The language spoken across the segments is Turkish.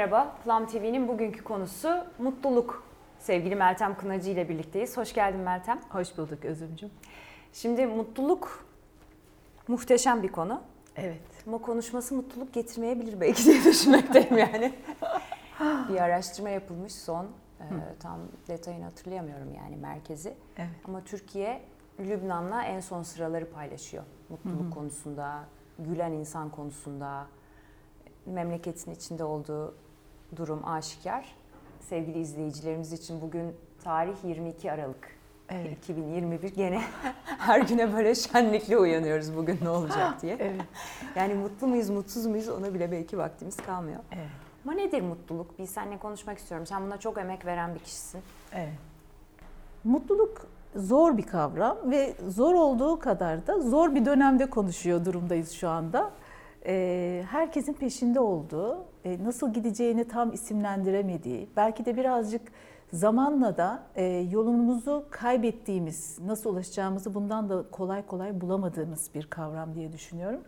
Merhaba, Plum TV'nin bugünkü konusu mutluluk. Sevgili Meltem Kınacı ile birlikteyiz. Hoş geldin Meltem. Hoş bulduk Özümcüğüm. Şimdi mutluluk muhteşem bir konu. Evet. Ama konuşması mutluluk getirmeyebilir belki diye düşünmekteyim yani. Bir araştırma yapılmış son, tam detayını hatırlayamıyorum yani merkezi. Evet. Ama Türkiye Lübnan'la en son sıraları paylaşıyor. Mutluluk konusunda, gülen insan konusunda, memleketin içinde olduğu durum aşikar. Sevgili izleyicilerimiz için bugün tarih 22 Aralık. Evet. 2021 gene her güne böyle şenlikle uyanıyoruz bugün ne olacak diye. Evet. Yani mutlu muyuz, mutsuz muyuz ona bile belki vaktimiz kalmıyor. Evet. Ama nedir mutluluk? Bir seninle konuşmak istiyorum. Sen buna çok emek veren bir kişisin. Evet. Mutluluk zor bir kavram ve zor olduğu kadar da zor bir dönemde konuşuyor durumdayız şu anda. Herkesin peşinde olduğu, nasıl gideceğini tam isimlendiremediği, belki de birazcık zamanla da yolumuzu kaybettiğimiz, nasıl ulaşacağımızı bundan da kolay kolay bulamadığımız bir kavram diye düşünüyorum.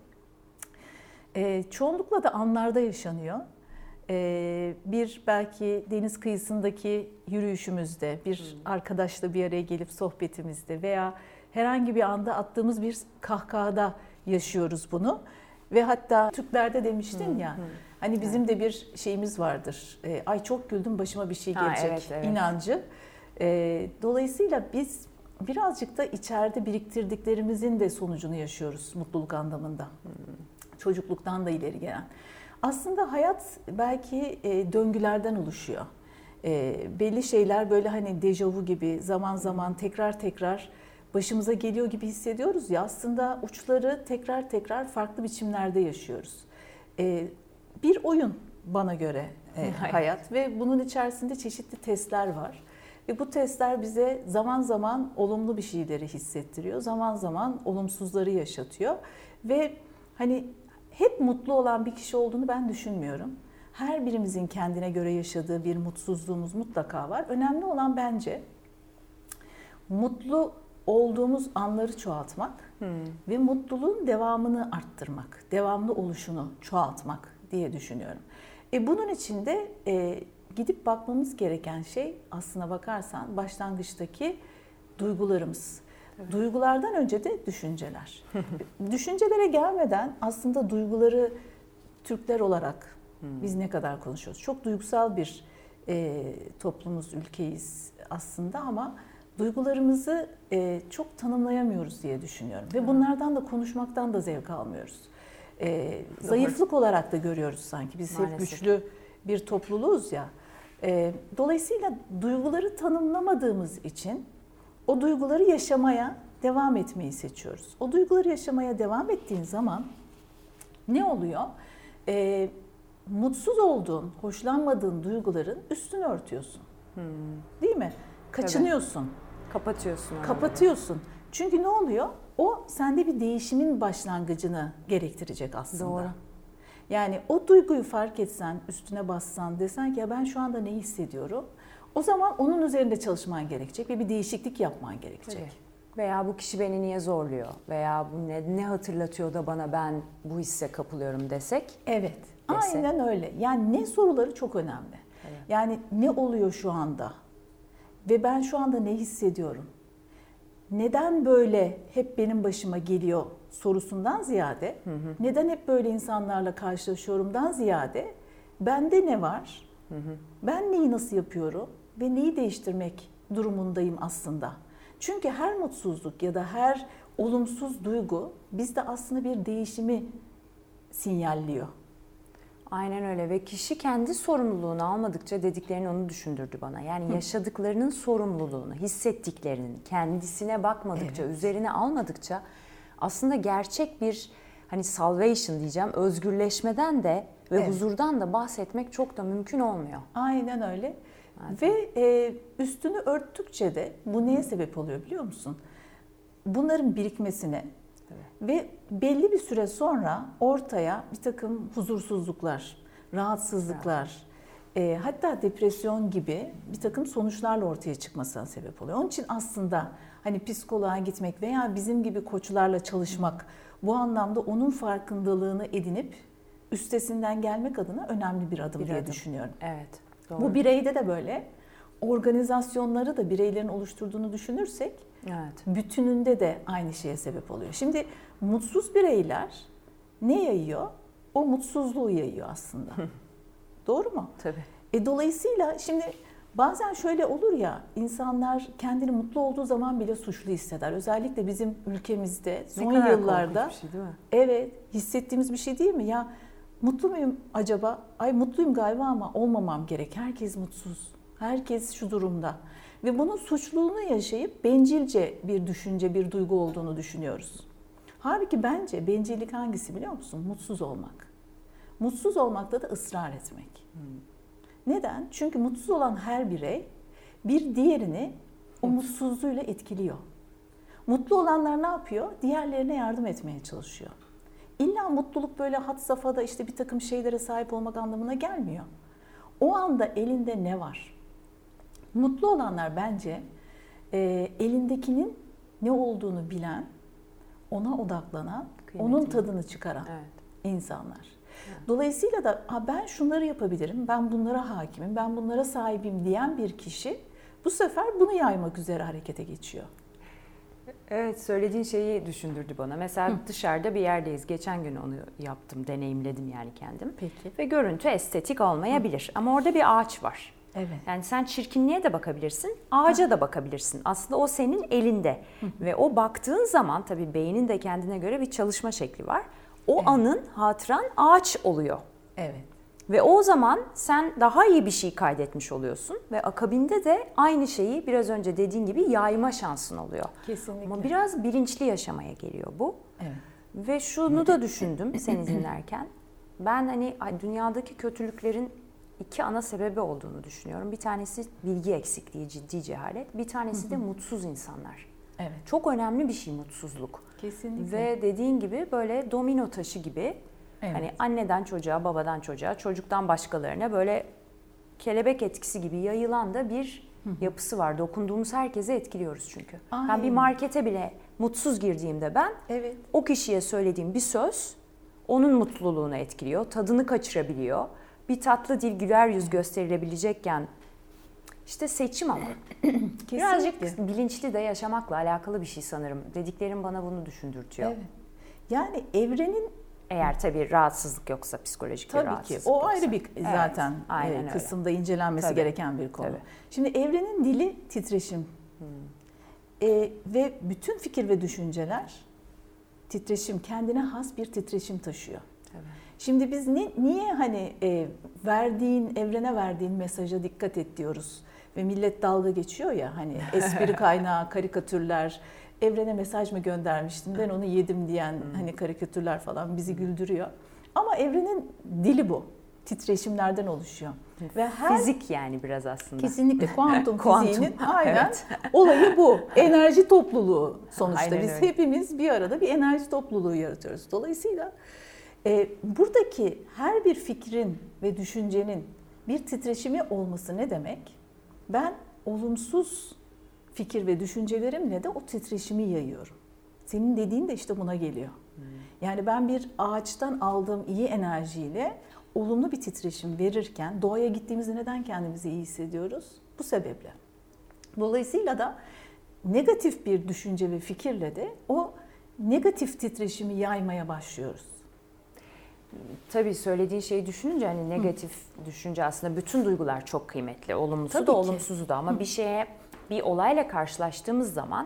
Çoğunlukla da anlarda yaşanıyor. Bir belki deniz kıyısındaki yürüyüşümüzde, bir arkadaşla bir araya gelip sohbetimizde veya herhangi bir anda attığımız bir kahkahada yaşıyoruz bunu. Ve hatta Türklerde demiştin ya, hani bizim de bir şeyimiz vardır. Ay çok güldüm başıma bir şey gelecek evet. inancı. Dolayısıyla biz birazcık da içeride biriktirdiklerimizin de sonucunu yaşıyoruz mutluluk anlamında. Çocukluktan da ileri gelen. Aslında hayat belki döngülerden oluşuyor. Belli şeyler böyle hani dejavu gibi zaman zaman tekrar başımıza geliyor gibi hissediyoruz ya, aslında uçları tekrar farklı biçimlerde yaşıyoruz. Bir oyun bana göre hayat ve bunun içerisinde çeşitli testler var. Ve bu testler bize zaman zaman olumlu bir şeyleri hissettiriyor, zaman zaman olumsuzları yaşatıyor. Ve hani hep mutlu olan bir kişi olduğunu ben düşünmüyorum. Her birimizin kendine göre yaşadığı bir mutsuzluğumuz mutlaka var. Önemli olan bence mutlu olduğumuz anları çoğaltmak ve mutluluğun devamını arttırmak, devamlı oluşunu çoğaltmak diye düşünüyorum. Bunun için de gidip bakmamız gereken şey aslına bakarsan başlangıçtaki duygularımız. Evet. Duygulardan önce de düşünceler. Düşüncelere gelmeden aslında duyguları Türkler olarak biz ne kadar konuşuyoruz? Çok duygusal bir toplumuz, ülkeyiz aslında ama duygularımızı çok tanımlayamıyoruz diye düşünüyorum. Ve bunlardan da konuşmaktan da zevk almıyoruz. Zayıflık olarak da görüyoruz sanki. Biz hep güçlü bir topluluğuz ya. Dolayısıyla duyguları tanımlamadığımız için o duyguları yaşamaya devam etmeyi seçiyoruz. O duyguları yaşamaya devam ettiğin zaman ne oluyor? Mutsuz olduğun, hoşlanmadığın duyguların üstünü örtüyorsun. Değil mi? Kaçınıyorsun. Kapatıyorsun. Kapatıyorsun. Çünkü ne oluyor? O sende bir değişimin başlangıcını gerektirecek aslında. Doğru. Yani o duyguyu fark etsen, üstüne bassan, desen ki ya ben şu anda ne hissediyorum? O zaman onun üzerinde çalışman gerekecek ve bir değişiklik yapman gerekecek. Tabii. Veya bu kişi beni niye zorluyor? Veya bu ne hatırlatıyor da bana ben bu hisse kapılıyorum desek? Evet. Aynen öyle. Yani ne soruları çok önemli. Evet. Yani ne oluyor şu anda? Ve ben şu anda ne hissediyorum? Neden böyle hep benim başıma geliyor sorusundan ziyade, neden hep böyle insanlarla karşılaşıyorumdan ziyade, bende ne var? Ben neyi nasıl yapıyorum? Ve neyi değiştirmek durumundayım aslında? Çünkü her mutsuzluk ya da her olumsuz duygu bizde aslında bir değişimi sinyalliyor. Aynen öyle ve kişi kendi sorumluluğunu almadıkça dediklerini onu düşündürdü bana. Yani yaşadıklarının sorumluluğunu, hissettiklerinin kendisine bakmadıkça, üzerine almadıkça aslında gerçek bir hani salvation diyeceğim, özgürleşmeden de ve huzurdan da bahsetmek çok da mümkün olmuyor. Aynen öyle. Ve üstünü örttükçe de bu neye sebep oluyor biliyor musun? Bunların birikmesine ve belli bir süre sonra ortaya bir takım huzursuzluklar, rahatsızlıklar, hatta depresyon gibi bir takım sonuçlarla ortaya çıkmasına sebep oluyor. Onun için aslında hani psikoloğa gitmek veya bizim gibi koçlarla çalışmak bu anlamda onun farkındalığını edinip üstesinden gelmek adına önemli bir adım diye adım. düşünüyorum. Evet, doğru. Bu bireyde de böyle. Organizasyonları da bireylerin oluşturduğunu düşünürsek Evet. bütününde de aynı şeye sebep oluyor. Şimdi mutsuz bireyler ne yayıyor? O mutsuzluğu yayıyor aslında. Doğru mu? Tabii. Dolayısıyla şimdi bazen şöyle olur ya, insanlar kendini mutlu olduğu zaman bile suçlu hisseder. Özellikle bizim ülkemizde son yıllarda bir şey değil mi? evet hissettiğimiz bir şey değil mi? Ya mutlu muyum acaba? Ay mutluyum galiba ama olmamam gerek. Herkes mutsuz. Herkes şu durumda. Ve bunun suçluluğunu yaşayıp bencilce bir düşünce, bir duygu olduğunu düşünüyoruz. Halbuki bence bencillik hangisi biliyor musun? Mutsuz olmak. Mutsuz olmakta da ısrar etmek. Neden? Çünkü mutsuz olan her birey bir diğerini o mutsuzluğuyla etkiliyor. Mutlu olanlar ne yapıyor? Diğerlerine yardım etmeye çalışıyor. İlla mutluluk böyle had safhada işte bir takım şeylere sahip olmak anlamına gelmiyor. O anda elinde ne var? Mutlu olanlar bence elindekinin ne olduğunu bilen, ona odaklanan, onun tadını çıkaran insanlar. Dolayısıyla da ben şunları yapabilirim, ben bunlara hakimim, ben bunlara sahibim diyen bir kişi bu sefer bunu yaymak üzere harekete geçiyor. Evet, söylediğin şeyi düşündürdü bana. Mesela dışarıda bir yerdeyiz. Geçen gün onu yaptım, deneyimledim yani kendim. Peki. Ve görüntü estetik olmayabilir. Ama orada bir ağaç var. Evet. Yani sen çirkinliğe de bakabilirsin, ağaca da bakabilirsin. Aslında o senin elinde. Ve o baktığın zaman tabii beynin de kendine göre bir çalışma şekli var. O anın, hatıran ağaç oluyor. Evet. Ve o zaman sen daha iyi bir şey kaydetmiş oluyorsun ve akabinde de aynı şeyi biraz önce dediğin gibi yayma şansın oluyor. Kesinlikle. Ama biraz bilinçli yaşamaya geliyor bu. Evet. Ve şunu da düşündüm seni dinlerken. Ben hani dünyadaki kötülüklerin iki ana sebebi olduğunu düşünüyorum. Bir tanesi bilgi eksikliği, ciddi cehalet. Bir tanesi de mutsuz insanlar. Evet. Çok önemli bir şey mutsuzluk. Kesinlikle. Ve dediğin gibi böyle domino taşı gibi hani anneden çocuğa, babadan çocuğa, çocuktan başkalarına böyle kelebek etkisi gibi yayılan da bir yapısı var. Dokunduğumuz herkese etkiliyoruz çünkü. Aynen. Ben bir markete bile mutsuz girdiğimde o kişiye söylediğim bir söz onun mutluluğunu etkiliyor, tadını kaçırabiliyor. Bir tatlı dil, güler yüz gösterilebilecekken işte seçim ama. Birazcık bilinçli de yaşamakla alakalı bir şey sanırım. Dediklerim bana bunu düşündürtüyor. Evet. Yani evrenin eğer tabii rahatsızlık yoksa, psikolojik bir rahatsızlık o yoksa. ayrı bir zaten aynen kısımda incelenmesi gereken bir konu. Tabii. Şimdi evrenin dili titreşim. Ve bütün fikir ve düşünceler titreşim, kendine has bir titreşim taşıyor. Tabii. Şimdi biz niye hani evrene verdiğin mesaja dikkat et diyoruz ve millet dalga geçiyor ya hani espri kaynağı, karikatürler, evrene mesaj mı göndermiştim ben onu yedim diyen hani karikatürler falan bizi güldürüyor. Ama evrenin dili bu. Titreşimlerden oluşuyor. Ve fizik yani biraz aslında. Kesinlikle kuantum fiziğinin aynen evet. olayı bu. Enerji topluluğu sonuçta. Aynen Biz öyle. hepimiz bir arada bir enerji topluluğu yaratıyoruz. Dolayısıyla buradaki her bir fikrin ve düşüncenin bir titreşimi olması ne demek? Ben olumsuz fikir ve düşüncelerimle de o titreşimi yayıyorum. Senin dediğin de işte buna geliyor. Yani ben bir ağaçtan aldığım iyi enerjiyle olumlu bir titreşim verirken doğaya gittiğimizde neden kendimizi iyi hissediyoruz? Bu sebeple. Dolayısıyla da negatif bir düşünce ve fikirle de o negatif titreşimi yaymaya başlıyoruz. Tabii söylediğin şeyi düşününce hani negatif düşünce aslında bütün duygular çok kıymetli. Olumlusu Tabii da ki. olumsuzu da ama bir olayla karşılaştığımız zaman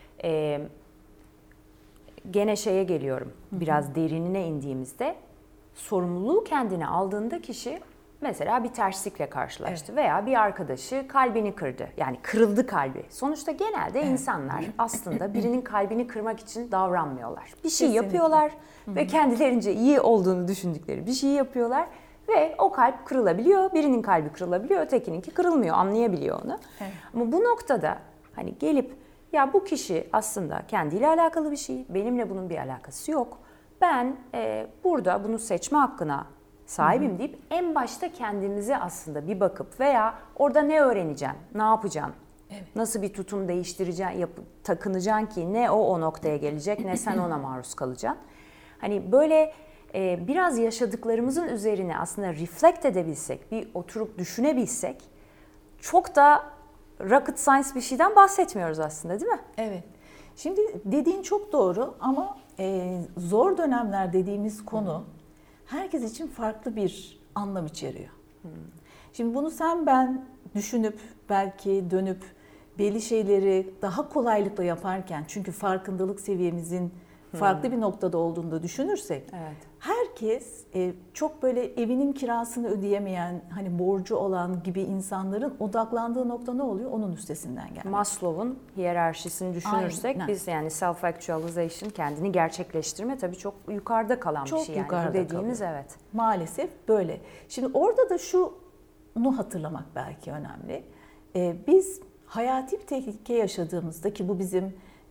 gene şeye geliyorum. Biraz derinine indiğimizde sorumluluğu kendine aldığında kişi mesela bir terslikle karşılaştı veya bir arkadaşı kalbini kırdı. Yani kırıldı kalbi. Sonuçta genelde insanlar aslında birinin kalbini kırmak için davranmıyorlar. Bir şey Kesinlikle. yapıyorlar ve kendilerince iyi olduğunu düşündükleri bir şeyi yapıyorlar ve o kalp kırılabiliyor. Birinin kalbi kırılabiliyor, ötekininki kırılmıyor, anlayabiliyor onu. Evet. Ama bu noktada hani gelip ya bu kişi aslında kendiyle alakalı bir şey, benimle bunun bir alakası yok. Ben burada bunu seçme hakkına sahibim deyip en başta kendimize aslında bir bakıp veya orada ne öğreneceksin, ne yapacaksın, nasıl bir tutum değiştireceksin, takınacaksın ki ne o noktaya gelecek ne sen ona maruz kalacaksın. Hani böyle biraz yaşadıklarımızın üzerine aslında reflect edebilsek, bir oturup düşünebilsek, çok da rocket science bir şeyden bahsetmiyoruz aslında, değil mi? Evet. Şimdi dediğin çok doğru ama zor dönemler dediğimiz konu herkes için farklı bir anlam içeriyor. Şimdi bunu sen ben düşünüp belki dönüp belli şeyleri daha kolaylıkla yaparken, çünkü farkındalık seviyemizin farklı bir noktada olduğunu da düşünürsek, Evet. herkes çok böyle evinin kirasını ödeyemeyen, hani borcu olan gibi insanların odaklandığı nokta ne oluyor? Onun üstesinden gelmek. Maslow'un hiyerarşisini düşünürsek Aynen. biz yani self-actualization, kendini gerçekleştirme tabii çok yukarıda kalan Çok bir şey yani. yukarıda Bu dediğimiz kalıyor. evet. Maalesef böyle. Şimdi orada da şunu hatırlamak belki önemli. Biz hayati bir tehlike yaşadığımızda, ki bu bizim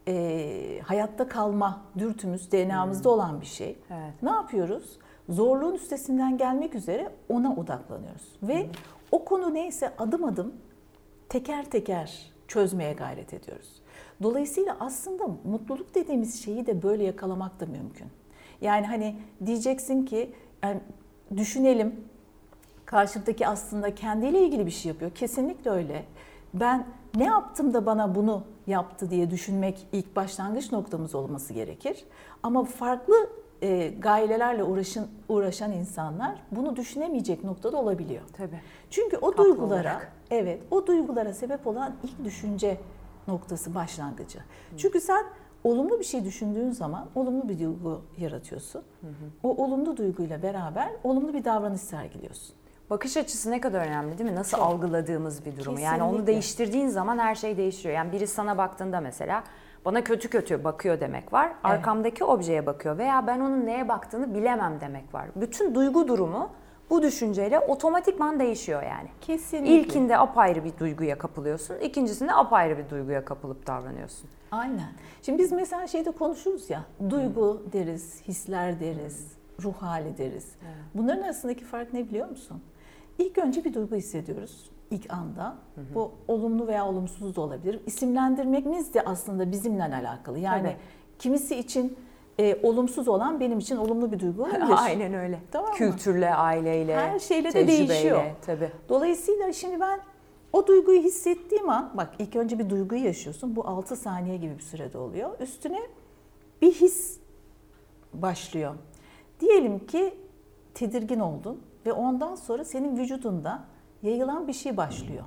hayatta kalma dürtümüz, DNA'mızda olan bir şey. Evet. Ne yapıyoruz? Zorluğun üstesinden gelmek üzere ona odaklanıyoruz. Ve o konu neyse adım adım teker teker çözmeye gayret ediyoruz. Dolayısıyla aslında mutluluk dediğimiz şeyi de böyle yakalamak da mümkün. Yani hani diyeceksin ki yani düşünelim, karşımdaki aslında kendiyle ilgili bir şey yapıyor. Kesinlikle öyle. Ben ne yaptım da bana bunu yaptı diye düşünmek ilk başlangıç noktamız olması gerekir. Ama farklı gayelerle uğraşan insanlar bunu düşünemeyecek noktada olabiliyor. Tabii. Çünkü o Haklı duygulara, olarak. evet, o duygulara sebep olan ilk düşünce noktası, başlangıcı. Çünkü sen olumlu bir şey düşündüğün zaman olumlu bir duygu yaratıyorsun. O olumlu duyguyla beraber olumlu bir davranış sergiliyorsun. Bakış açısı ne kadar önemli değil mi? Nasıl Çok. algıladığımız bir durum. Yani onu Kesinlikle. değiştirdiğin zaman her şey değişiyor. Yani biri sana baktığında mesela bana kötü kötü bakıyor demek var. Arkamdaki objeye bakıyor veya ben onun neye baktığını bilemem demek var. Bütün duygu durumu bu düşünceyle otomatikman değişiyor yani. Kesinlikle. İlkinde apayrı bir duyguya kapılıyorsun, ikincisinde apayrı bir duyguya kapılıp davranıyorsun. Aynen. Şimdi biz mesela şeyde konuşuruz ya, duygu deriz, hisler deriz, ruh hali deriz. Evet. Bunların arasındaki fark ne biliyor musun? İlk önce bir duygu hissediyoruz ilk anda. Bu olumlu veya olumsuz da olabilir. İsimlendirmemiz de aslında bizimle alakalı. Yani Tabii. kimisi için olumsuz olan benim için olumlu bir duygu olabilir. Aynen öyle. Tamam mı? Kültürle, aileyle, Her şeyle de tecrübeyle, değişiyor. Tabii. Dolayısıyla şimdi ben o duyguyu hissettiğim an, bak ilk önce bir duyguyu yaşıyorsun. Bu 6 saniye gibi bir sürede oluyor. Üstüne bir his başlıyor. Diyelim ki tedirgin oldun ve ondan sonra senin vücudunda yayılan bir şey başlıyor.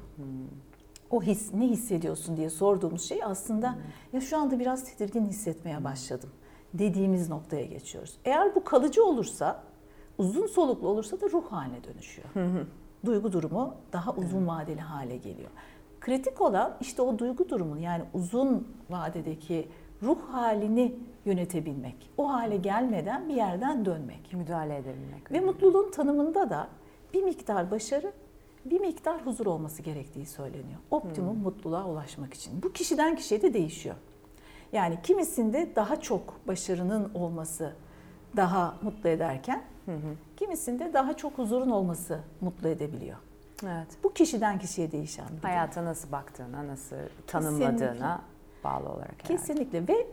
O his, ne hissediyorsun diye sorduğumuz şey aslında ya şu anda biraz tedirgin hissetmeye başladım dediğimiz noktaya geçiyoruz. Eğer bu kalıcı olursa, uzun soluklu olursa da ruh haline dönüşüyor. Duygu durumu daha uzun vadeli hale geliyor. Kritik olan işte o duygu durumu, yani uzun vadedeki ruh halini yönetebilmek. O hale gelmeden bir yerden dönmek. Müdahale edebilmek. Ve mutluluğun tanımında da bir miktar başarı, bir miktar huzur olması gerektiği söyleniyor. Optimum mutluluğa ulaşmak için. Bu kişiden kişiye de değişiyor. Yani kimisinde daha çok başarının olması daha mutlu ederken, kimisinde daha çok huzurun olması mutlu edebiliyor. Evet. Bu kişiden kişiye değişen bir durum. Hayata nasıl baktığına, nasıl tanımladığına bağlı olarak herhalde. Kesinlikle ve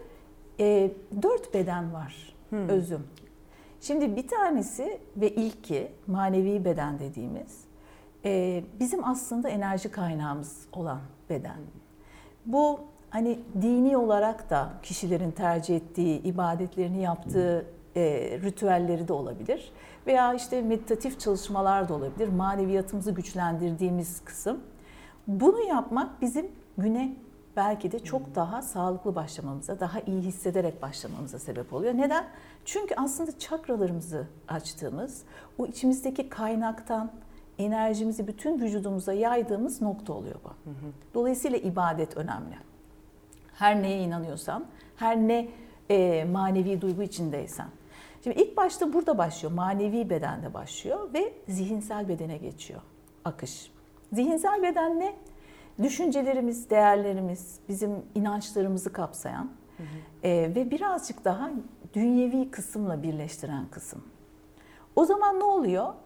4 beden var özüm. Şimdi bir tanesi ve ilki manevi beden dediğimiz bizim aslında enerji kaynağımız olan beden. Bu hani dini olarak da kişilerin tercih ettiği, ibadetlerini yaptığı ritüelleri de olabilir. Veya işte meditatif çalışmalar da olabilir. Maneviyatımızı güçlendirdiğimiz kısım. Bunu yapmak bizim güne belki de çok daha sağlıklı başlamamıza, daha iyi hissederek başlamamıza sebep oluyor. Neden? Çünkü aslında çakralarımızı açtığımız, o içimizdeki kaynaktan enerjimizi bütün vücudumuza yaydığımız nokta oluyor bu. Dolayısıyla ibadet önemli. Her neye inanıyorsan, her ne manevi duygu içindeysen. Şimdi ilk başta burada başlıyor, manevi bedende başlıyor ve zihinsel bedene geçiyor akış. Zihinsel beden ne? Düşüncelerimiz, değerlerimiz, bizim inançlarımızı kapsayan ve birazcık daha dünyevi kısımla birleştiren kısım. O zaman ne oluyor?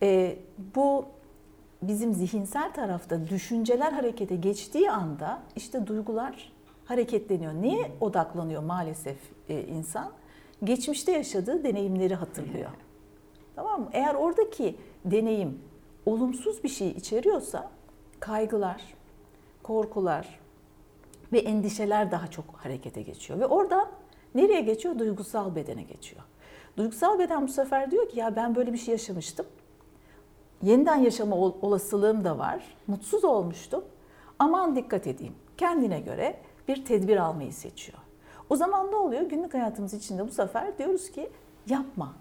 Bu bizim zihinsel tarafta düşünceler harekete geçtiği anda işte duygular hareketleniyor. Neye odaklanıyor maalesef insan? geçmişte yaşadığı deneyimleri hatırlıyor. Tamam mı? Eğer oradaki deneyim olumsuz bir şey içeriyorsa kaygılar, korkular ve endişeler daha çok harekete geçiyor. Ve oradan nereye geçiyor? Duygusal bedene geçiyor. Duygusal beden bu sefer diyor ki ya ben böyle bir şey yaşamıştım. Yeniden yaşama olasılığım da var. Mutsuz olmuştum. Aman dikkat edeyim. Kendine göre bir tedbir almayı seçiyor. O zaman ne oluyor? Günlük hayatımız içinde bu sefer diyoruz ki yapma.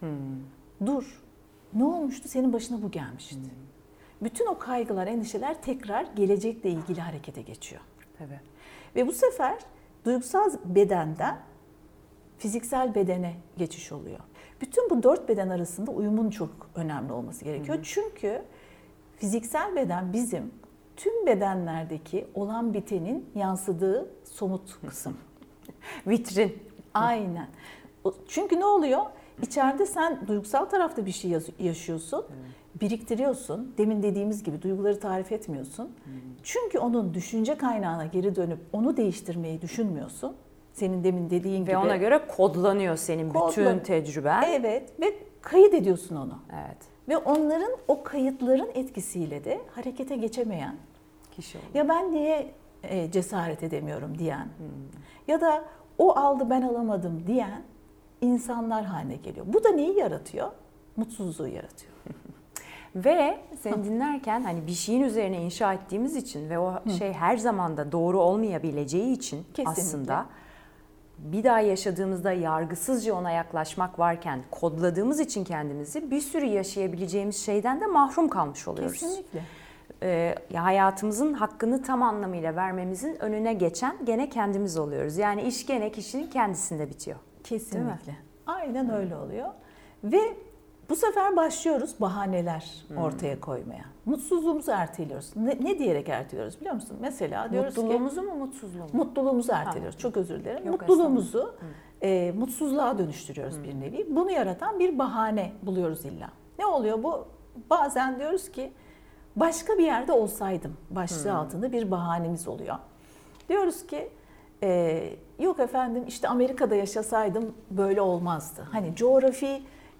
Dur. Ne olmuştu? Senin başına bu gelmişti. Bütün o kaygılar, endişeler tekrar gelecekle ilgili harekete geçiyor. Tabii. Ve bu sefer duygusal bedenden fiziksel bedene geçiş oluyor. Bütün bu 4 beden arasında uyumun çok önemli olması gerekiyor. Çünkü fiziksel beden bizim tüm bedenlerdeki olan bitenin yansıdığı somut kısım. Vitrin. Aynen. Çünkü ne oluyor? İçeride sen duygusal tarafta bir şey yaşıyorsun, biriktiriyorsun. Demin dediğimiz gibi duyguları tarif etmiyorsun. Çünkü onun düşünce kaynağına geri dönüp onu değiştirmeyi düşünmüyorsun. Senin demin dediğin gibi. Ve ona göre kodlanıyor senin bütün tecrüben. Evet ve kayıt ediyorsun onu. Evet. Ve onların o kayıtların etkisiyle de harekete geçemeyen Kişi oluyor. ya ben niye cesaret edemiyorum diyen ya da o aldı ben alamadım diyen insanlar haline geliyor. Bu da neyi yaratıyor? Mutsuzluğu yaratıyor. Ve seni dinlerken hani bir şeyin üzerine inşa ettiğimiz için ve o şey her zaman da doğru olmayabileceği için Kesinlikle. aslında bir daha yaşadığımızda yargısızca ona yaklaşmak varken kodladığımız için kendimizi bir sürü yaşayabileceğimiz şeyden de mahrum kalmış oluyoruz. Kesinlikle. Hayatımızın hakkını tam anlamıyla vermemizin önüne geçen gene kendimiz oluyoruz. Yani iş gene kişinin kendisinde bitiyor. Kesinlikle. Aynen öyle oluyor. Ve bu sefer başlıyoruz bahaneler ortaya koymaya. Mutsuzluğumuzu erteliyoruz. Ne diyerek erteliyoruz biliyor musun? Mesela diyoruz Mutluluğumuzu mu mutsuzluğumuzu mu? Mutluluğumuzu erteliyoruz. Çok özür dilerim. Yok, Mutluluğumuzu mutsuzluğa dönüştürüyoruz bir nevi. Bunu yaratan bir bahane buluyoruz illa. Ne oluyor bu? Bazen diyoruz ki başka bir yerde olsaydım başlığı altında bir bahanemiz oluyor. Diyoruz ki yok efendim işte Amerika'da yaşasaydım böyle olmazdı. Hani coğrafi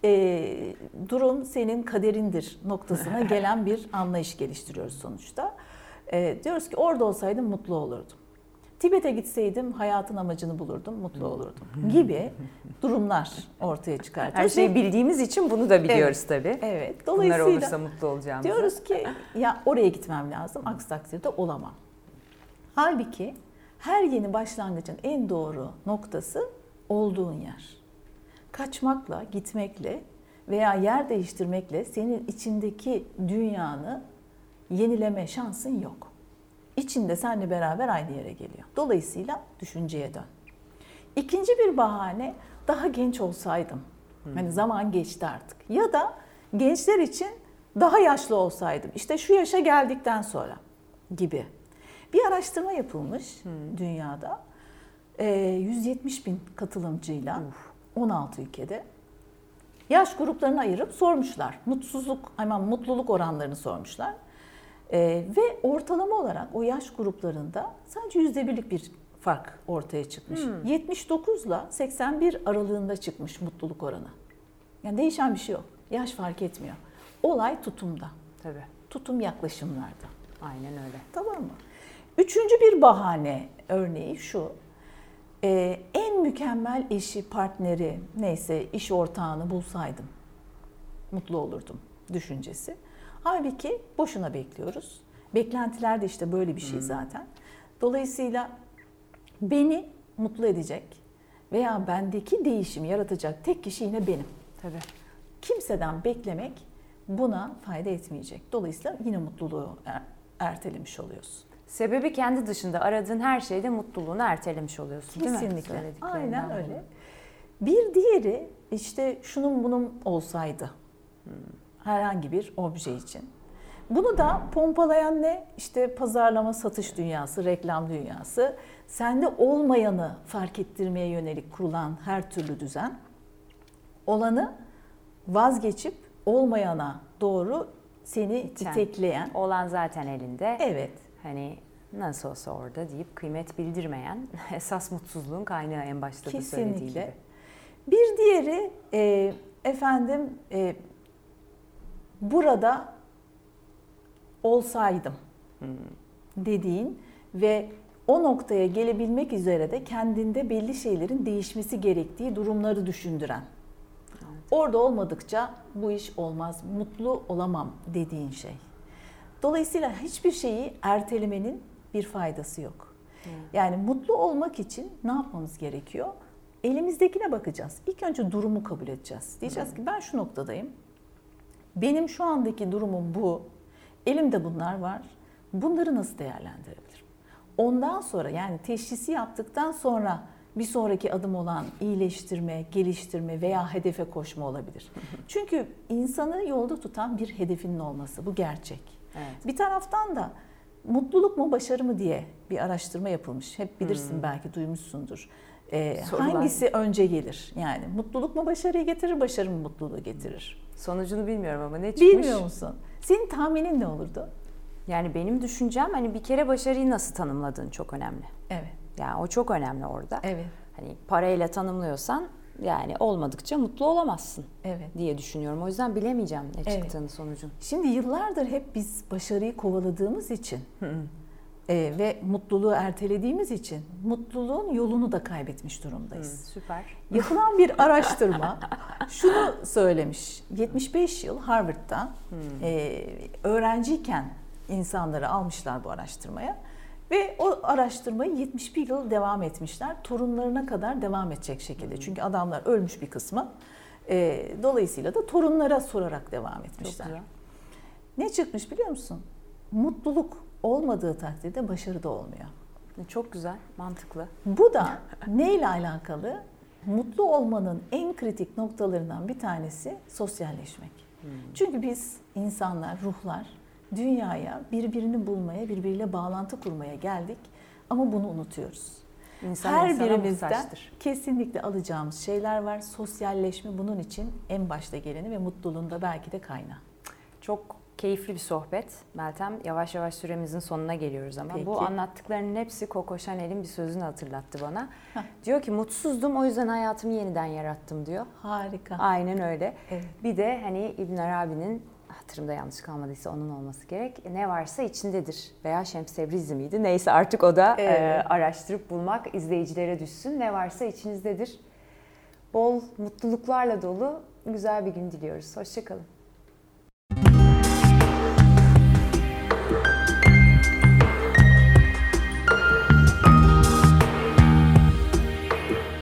durum senin kaderindir noktasına gelen bir anlayış geliştiriyoruz sonuçta. Diyoruz ki orada olsaydım mutlu olurdum. Tibet'e gitseydim hayatın amacını bulurdum, mutlu olurdum gibi durumlar ortaya çıkartıyoruz. Her şeyi bildiğimiz için bunu da biliyoruz tabii. Evet. Bunlar Dolayısıyla olursa mutlu olacağımızı. diyoruz ki ya oraya gitmem lazım, aksi takdirde olamam. Halbuki her yeni başlangıcın en doğru noktası olduğun yer. Kaçmakla, gitmekle veya yer değiştirmekle senin içindeki dünyanı yenileme şansın yok. İçinde seninle beraber aynı yere geliyor. Dolayısıyla düşünceye dön. İkinci bir bahane daha genç olsaydım. Hani zaman geçti artık. Ya da gençler için daha yaşlı olsaydım. İşte şu yaşa geldikten sonra gibi. Bir araştırma yapılmış dünyada. 170 bin katılımcıyla 16 ülkede yaş gruplarını ayırıp sormuşlar. Mutluluk oranlarını sormuşlar. Ve ortalama olarak o yaş gruplarında sadece %1'lik bir fark ortaya çıkmış. 79 ile 81 aralığında çıkmış mutluluk oranı. Yani değişen bir şey yok. Yaş fark etmiyor. Olay tutumda. Tabii. Tutum yaklaşımlarda. Aynen öyle. Tamam mı? Üçüncü bir bahane örneği şu. En mükemmel eşi, partneri, neyse iş ortağını bulsaydım mutlu olurdum düşüncesi. Halbuki boşuna bekliyoruz. Beklentiler de işte böyle bir şey zaten. Dolayısıyla beni mutlu edecek veya bendeki değişimi yaratacak tek kişi yine benim. Tabii. Kimseden beklemek buna fayda etmeyecek. Dolayısıyla yine mutluluğu ertelemiş oluyorsun. Sebebi kendi dışında aradığın her şeyde mutluluğunu ertelemiş oluyorsun değil mi? Kesinlikle. Aynen öyle. Bir diğeri işte şunun bunun olsaydı. Herhangi bir obje için. Bunu da pompalayan ne? İşte pazarlama, satış dünyası, reklam dünyası. Sende olmayanı fark ettirmeye yönelik kurulan her türlü düzen. Olanı vazgeçip olmayana doğru seni itekleyen. Olan zaten elinde. Evet. Hani nasıl olsa orada deyip kıymet bildirmeyen esas mutsuzluğun kaynağı en başta da söylediği gibi. Bir diğeri burada olsaydım dediğin ve o noktaya gelebilmek üzere de kendinde belli şeylerin değişmesi gerektiği durumları düşündüren. Evet. Orada olmadıkça bu iş olmaz, mutlu olamam dediğin şey. Dolayısıyla hiçbir şeyi ertelemenin bir faydası yok. Yani mutlu olmak için ne yapmamız gerekiyor? Elimizdekine bakacağız. İlk önce durumu kabul edeceğiz. Diyeceğiz ki ben şu noktadayım. Benim şu andaki durumum bu. Elimde bunlar var. Bunları nasıl değerlendirebilirim? Ondan sonra yani teşhisi yaptıktan sonra bir sonraki adım olan iyileştirme, geliştirme veya hedefe koşma olabilir. Çünkü insanı yolda tutan bir hedefinin olması. Bu gerçek. Evet. Bir taraftan da mutluluk mu başarı mı diye bir araştırma yapılmış. Hep bilirsin belki duymuşsundur. Hangisi önce gelir? Yani mutluluk mu başarıyı getirir, başarı mı mutluluğu getirir? Sonucunu bilmiyorum ama ne çıkmış? Bilmiyor musun? Senin tahminin ne olurdu? Yani benim düşüncem hani bir kere başarıyı nasıl tanımladığın çok önemli. Evet. Yani o çok önemli orada. Evet. Hani parayla tanımlıyorsan yani olmadıkça mutlu olamazsın diye düşünüyorum. O yüzden bilemeyeceğim ne çıktığını sonucun. Şimdi yıllardır hep biz başarıyı kovaladığımız için ve mutluluğu ertelediğimiz için mutluluğun yolunu da kaybetmiş durumdayız. Süper. Yapılan bir araştırma şunu söylemiş. 75 yıl Harvard'da öğrenciyken insanları almışlar bu araştırmaya. Ve o araştırmayı 71 yıl devam etmişler. Torunlarına kadar devam edecek şekilde. Çünkü adamlar ölmüş bir kısmı. Dolayısıyla da torunlara sorarak devam etmişler. Ne çıkmış biliyor musun? Mutluluk olmadığı takdirde başarı da olmuyor. Çok güzel, mantıklı. Bu da neyle alakalı? Mutlu olmanın en kritik noktalarından bir tanesi sosyalleşmek. Çünkü biz insanlar, ruhlar dünyaya birbirini bulmaya, birbiriyle bağlantı kurmaya geldik ama bunu unutuyoruz. Her birimizden kesinlikle alacağımız şeyler var. Sosyalleşme bunun için en başta geleni ve mutluluğun da belki de kaynağı. Çok keyifli bir sohbet. Meltem, yavaş yavaş süremizin sonuna geliyoruz ama Peki. Bu anlattıklarının hepsi Coco Chanel'in bir sözünü hatırlattı bana. Diyor ki mutsuzdum, o yüzden hayatımı yeniden yarattım diyor. Harika. Aynen öyle. Evet. Bir de hani İbn Arabi'nin, hatırımda yanlış kalmadıysa onun olması gerek, ne varsa içindedir veya Şems Tebrizi miydi? Neyse artık o da araştırıp bulmak izleyicilere düşsün. Ne varsa içinizdedir. Bol mutluluklarla dolu güzel bir gün diliyoruz. Hoşça kalın.